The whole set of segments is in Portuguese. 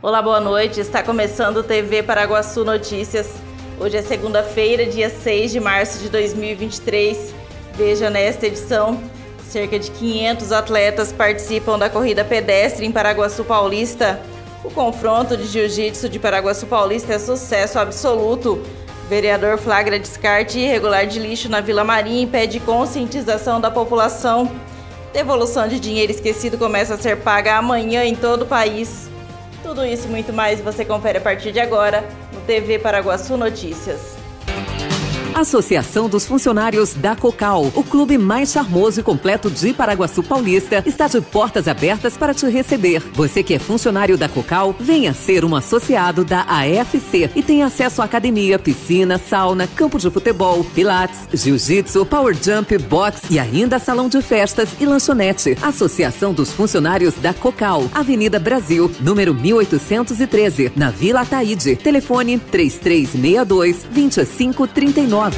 Olá, boa noite. Está começando o TV Paraguaçu Notícias. Hoje é segunda-feira, dia 6 de março de 2023. Veja nesta edição, cerca de 500 atletas participam da corrida pedestre em Paraguaçu Paulista. O confronto de jiu-jitsu de Paraguaçu Paulista é sucesso absoluto. Vereador flagra descarte irregular de lixo na Vila Maria e pede conscientização da população. Devolução de dinheiro esquecido começa a ser paga amanhã em todo o país. Tudo isso e muito mais você confere a partir de agora no TV Paraguaçu Notícias. Associação dos Funcionários da Cocal, o clube mais charmoso e completo de Paraguaçu Paulista, está de portas abertas para te receber. Você que é funcionário da Cocal, venha ser um associado da AFC e tem acesso à academia, piscina, sauna, campo de futebol, pilates, jiu-jitsu, power jump, boxe e ainda salão de festas e lanchonete. Associação dos Funcionários da Cocal, Avenida Brasil, número 1813, na Vila Ataíde. Telefone 3362-2539.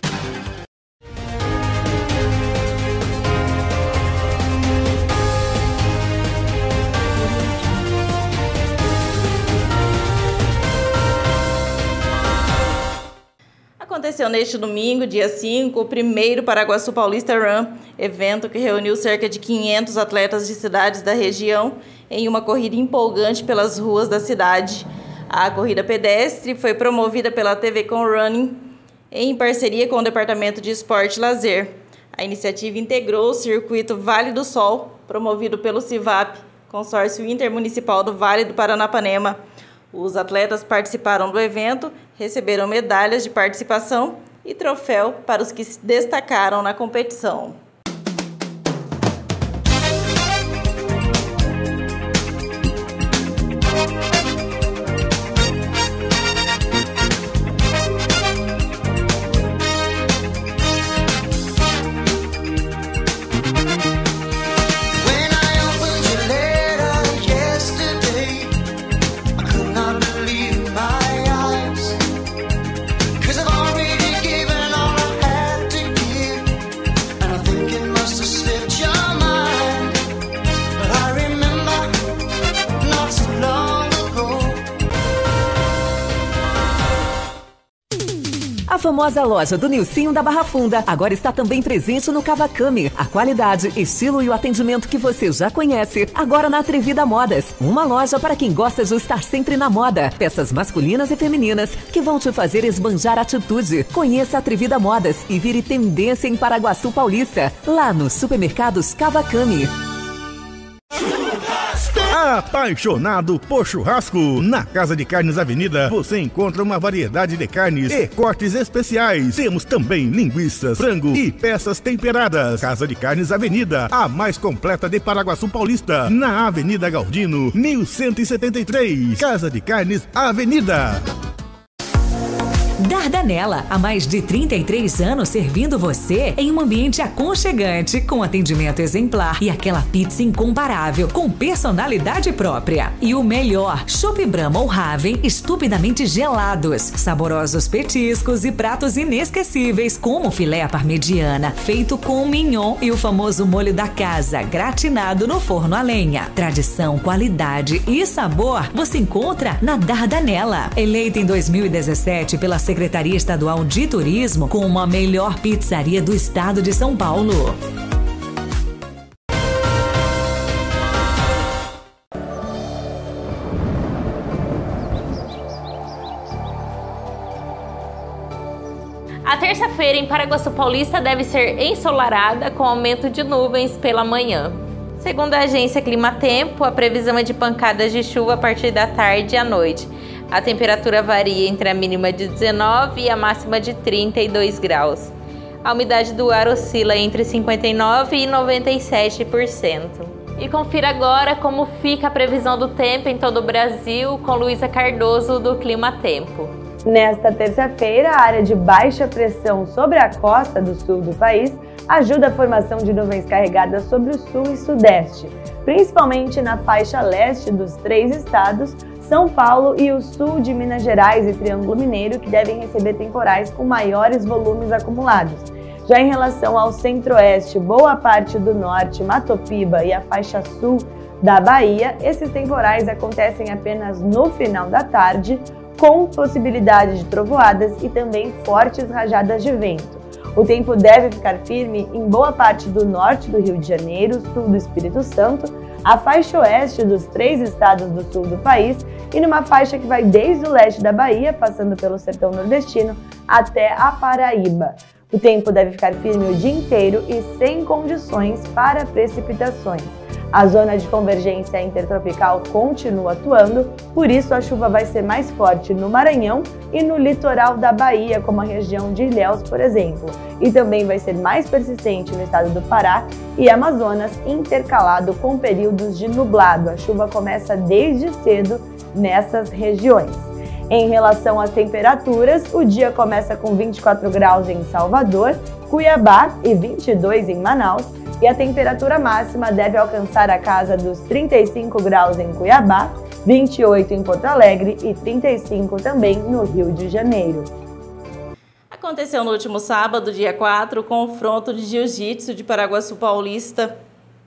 Aconteceu neste domingo, dia 5, o primeiro Paraguaçu Paulista Run, evento que reuniu cerca de 500 atletas de cidades da região em uma corrida empolgante pelas ruas da cidade. A corrida pedestre foi promovida pela TV Com Running em parceria com o Departamento de Esporte e Lazer. A iniciativa integrou o Circuito Vale do Sol, promovido pelo CIVAP, Consórcio Intermunicipal do Vale do Paranapanema. Os atletas participaram do evento, receberam medalhas de participação e troféu para os que se destacaram na competição. A famosa loja do Nilcinho da Barra Funda agora está também presente no Cavacame. A qualidade, estilo e o atendimento que você já conhece, agora na Atrevida Modas. Uma loja para quem gosta de estar sempre na moda. Peças masculinas e femininas que vão te fazer esbanjar atitude. Conheça a Atrevida Modas e vire tendência em Paraguaçu Paulista, lá nos supermercados Cavacame. Apaixonado por churrasco? Na Casa de Carnes Avenida você encontra uma variedade de carnes e cortes especiais. Temos também linguiças, frango e peças temperadas. Casa de Carnes Avenida, a mais completa de Paraguaçu Paulista, na Avenida Galdino, 1173. Casa de Carnes Avenida. Dardanella, há mais de 33 anos servindo você em um ambiente aconchegante, com atendimento exemplar e aquela pizza incomparável, com personalidade própria. E o melhor, Chopp Brahma ou Raven estupidamente gelados, saborosos petiscos e pratos inesquecíveis, como filé à parmegiana, feito com mignon e o famoso molho da casa, gratinado no forno a lenha. Tradição, qualidade e sabor você encontra na Dardanella. Eleita em 2017 pela Secretaria Estadual de Turismo como a melhor pizzaria do estado de São Paulo. A terça-feira em Paraguaçu Paulista deve ser ensolarada com aumento de nuvens pela manhã. Segundo a agência Climatempo, a previsão é de pancadas de chuva a partir da tarde e à noite. A temperatura varia entre a mínima de 19 e a máxima de 32 graus. A umidade do ar oscila entre 59% e 97%. E confira agora como fica a previsão do tempo em todo o Brasil com Luísa Cardoso do Climatempo. Nesta terça-feira, a área de baixa pressão sobre a costa do sul do país ajuda a formação de nuvens carregadas sobre o sul e sudeste, principalmente na faixa leste dos três estados, São Paulo e o sul de Minas Gerais e Triângulo Mineiro, que devem receber temporais com maiores volumes acumulados. Já em relação ao centro-oeste, boa parte do norte, Mato Piba e a faixa sul da Bahia, esses temporais acontecem apenas no final da tarde, com possibilidade de trovoadas e também fortes rajadas de vento. O tempo deve ficar firme em boa parte do norte do Rio de Janeiro, sul do Espírito Santo, a faixa oeste dos 3 estados do sul do país e numa faixa que vai desde o leste da Bahia, passando pelo sertão nordestino, até a Paraíba. O tempo deve ficar firme o dia inteiro e sem condições para precipitações. A zona de convergência intertropical continua atuando, por isso a chuva vai ser mais forte no Maranhão e no litoral da Bahia, como a região de Ilhéus, por exemplo. E também vai ser mais persistente no estado do Pará e Amazonas, intercalado com períodos de nublado. A chuva começa desde cedo nessas regiões. Em relação às temperaturas, o dia começa com 24 graus em Salvador, Cuiabá e 22 em Manaus, e a temperatura máxima deve alcançar a casa dos 35 graus em Cuiabá, 28 em Porto Alegre e 35 também no Rio de Janeiro. Aconteceu no último sábado, dia 4, o confronto de jiu-jitsu de Paraguaçu Paulista.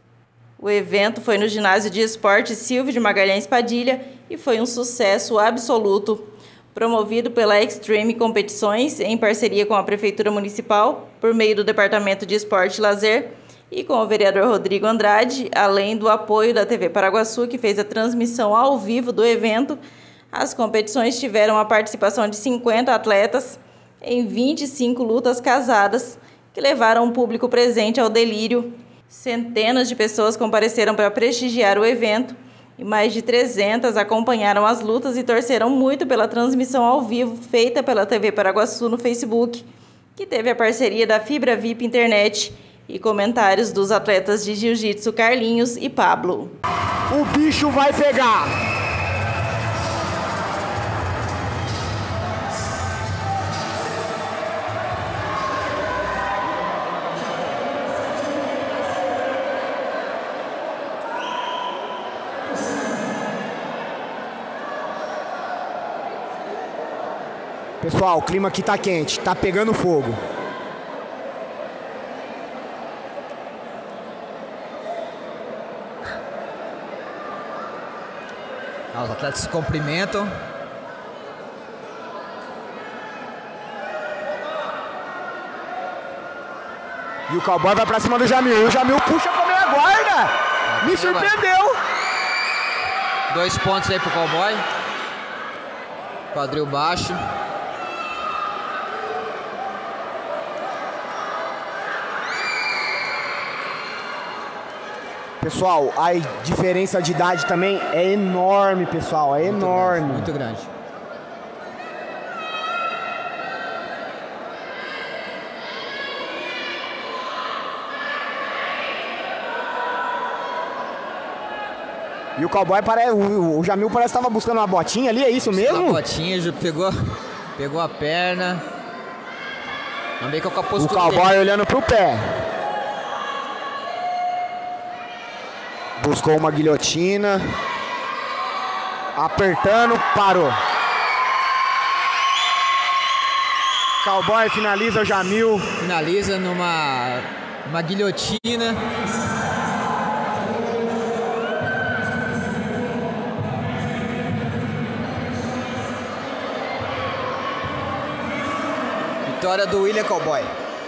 O evento foi no ginásio de esportes Silvio de Magalhães Padilha e foi um sucesso absoluto. Promovido pela Extreme Competições, em parceria com a Prefeitura Municipal, por meio do Departamento de Esporte e Lazer, e com o vereador Rodrigo Andrade, além do apoio da TV Paraguaçu, que fez a transmissão ao vivo do evento, as competições tiveram a participação de 50 atletas em 25 lutas casadas, que levaram o público presente ao delírio. Centenas de pessoas compareceram para prestigiar o evento e mais de 300 acompanharam as lutas e torceram muito pela transmissão ao vivo feita pela TV Paraguaçu no Facebook, que teve a parceria da Fibra VIP Internet, e comentários dos atletas de jiu-jitsu Carlinhos e Pablo. O bicho vai pegar! Pessoal, o clima aqui tá quente, tá pegando fogo. Os atletas se cumprimentam. E o Cowboy vai pra cima do Jamil. O Jamil puxa pra meia guarda. Me surpreendeu. 2 pontos aí pro Cowboy. Quadril baixo. Pessoal, a diferença de idade também é enorme, pessoal. É enorme. Muito grande. E o Cowboy parece. O Jamil parece que estava buscando uma botinha ali, é isso mesmo? Uma botinha, pegou a perna. Vamos ver que é com a postura. O Cowboy dele olhando pro pé. Buscou uma guilhotina. Apertando, parou. Cowboy finaliza o Jamil. Finaliza numa guilhotina. Vitória do William Cowboy.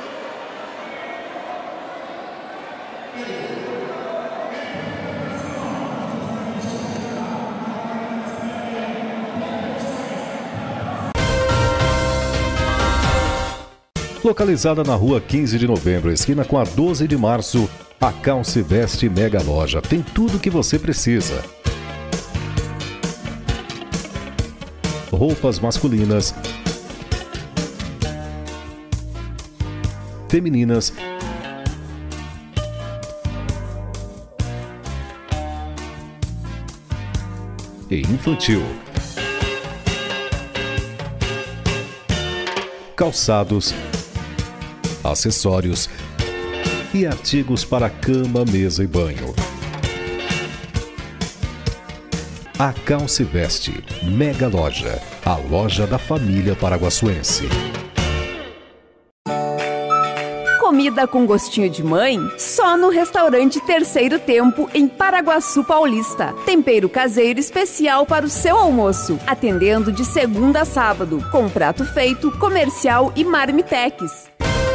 Localizada na rua 15 de novembro, esquina com a 12 de março, a Calce Veste Mega Loja tem tudo o que você precisa. Roupas masculinas, femininas, e infantil. Calçados, acessórios e artigos para cama, mesa e banho. A Calce Veste Mega Loja, a loja da família paraguaçuense. comida com gostinho de mãe? Só no restaurante Terceiro Tempo, em Paraguaçu Paulista. Tempero caseiro especial para o seu almoço. Atendendo de segunda a sábado, com prato feito, comercial e marmitex.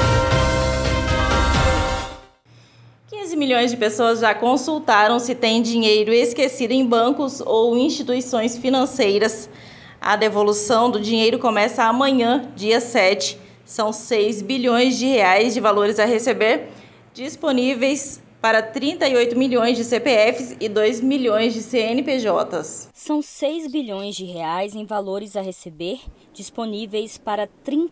15 milhões de pessoas já consultaram se tem dinheiro esquecido em bancos ou instituições financeiras. A devolução do dinheiro começa amanhã, dia 7. São 6 bilhões de reais de valores a receber, disponíveis para 38 milhões de CPFs e 2 milhões de CNPJs. São 6 bilhões de reais em valores a receber, disponíveis para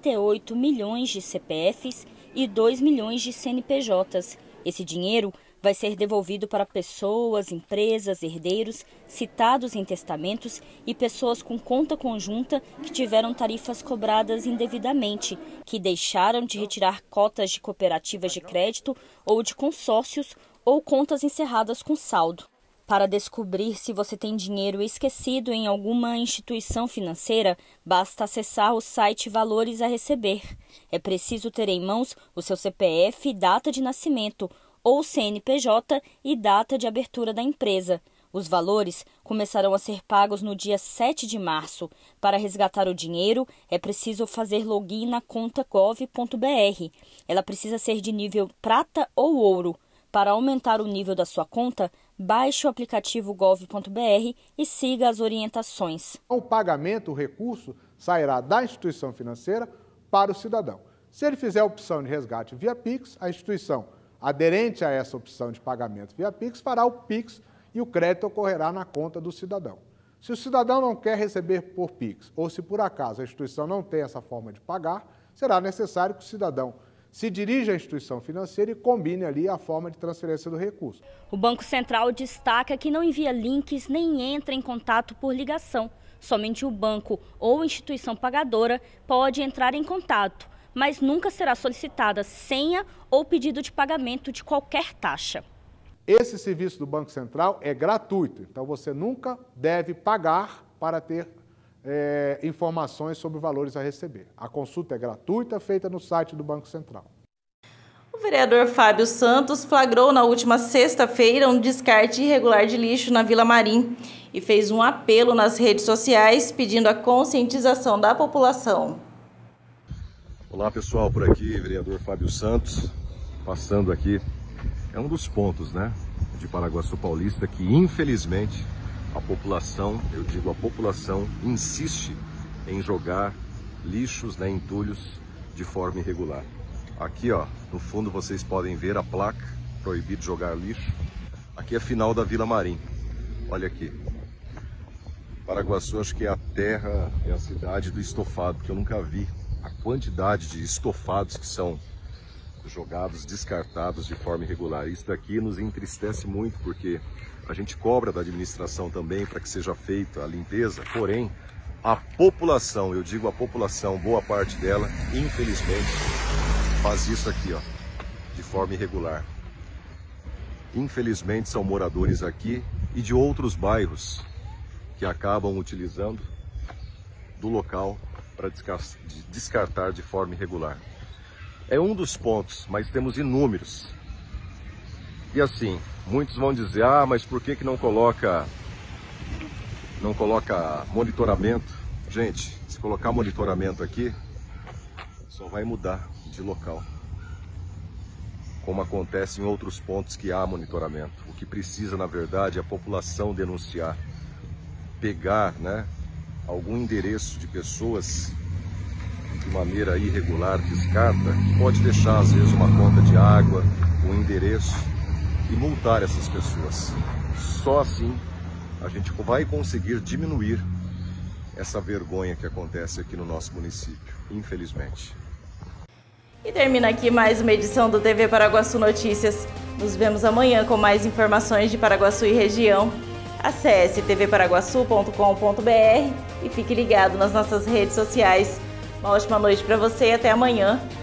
38 milhões de CPFs e 2 milhões de CNPJs. Esse dinheiro vai ser devolvido para pessoas, empresas, herdeiros, citados em testamentos e pessoas com conta conjunta que tiveram tarifas cobradas indevidamente, que deixaram de retirar cotas de cooperativas de crédito ou de consórcios ou contas encerradas com saldo. Para descobrir se você tem dinheiro esquecido em alguma instituição financeira, basta acessar o site Valores a Receber. É preciso ter em mãos o seu CPF e data de nascimento, ou CNPJ e data de abertura da empresa. Os valores começarão a ser pagos no dia 7 de março. Para resgatar o dinheiro, é preciso fazer login na conta gov.br. Ela precisa ser de nível prata ou ouro. Para aumentar o nível da sua conta, baixe o aplicativo gov.br e siga as orientações. O pagamento, o recurso, sairá da instituição financeira para o cidadão. Se ele fizer a opção de resgate via Pix, a instituição aderente a essa opção de pagamento via Pix fará o Pix e o crédito ocorrerá na conta do cidadão. Se o cidadão não quer receber por Pix ou se por acaso a instituição não tem essa forma de pagar, será necessário que o cidadão se dirija à instituição financeira e combine ali a forma de transferência do recurso. O Banco Central destaca que não envia links nem entra em contato por ligação. Somente o banco ou instituição pagadora pode entrar em contato, mas nunca será solicitada senha ou pedido de pagamento de qualquer taxa. Esse serviço do Banco Central é gratuito, então você nunca deve pagar para ter informações sobre valores a receber. A consulta é gratuita, feita no site do Banco Central. O vereador Fábio Santos flagrou na última sexta-feira um descarte irregular de lixo na Vila Marim e fez um apelo nas redes sociais pedindo a conscientização da população. Olá pessoal, por aqui, vereador Fábio Santos, passando aqui. É um dos pontos, né, de Paraguaçu Paulista que infelizmente a população, eu digo a população, insiste em jogar lixos, né, entulhos de forma irregular. Aqui, ó, no fundo vocês podem ver a placa, proibido jogar lixo. Aqui é a final da Vila Marim. Olha aqui. Paraguaçu acho que é a terra, é a cidade do estofado, porque eu nunca vi a quantidade de estofados que são jogados, descartados de forma irregular. Isso daqui nos entristece muito, porque a gente cobra da administração também para que seja feita a limpeza, porém, a população, eu digo a população, boa parte dela, infelizmente, faz isso aqui, ó, de forma irregular. Infelizmente, são moradores aqui e de outros bairros que acabam utilizando do local para descartar de forma irregular. É um dos pontos, mas temos inúmeros. E assim, muitos vão dizer, ah, mas por que não coloca monitoramento? Gente, se colocar monitoramento aqui, só vai mudar de local. Como acontece em outros pontos que há monitoramento. O que precisa, na verdade, é a população denunciar. Pegar, né, algum endereço de pessoas de maneira irregular, descarta, pode deixar às vezes uma conta de água, um endereço e multar essas pessoas. Só assim a gente vai conseguir diminuir essa vergonha que acontece aqui no nosso município, infelizmente. E termina aqui mais uma edição do TV Paraguaçu Notícias. Nos vemos amanhã com mais informações de Paraguaçu e região. Acesse tvparaguaçu.com.br e fique ligado nas nossas redes sociais. Uma ótima noite para você e até amanhã.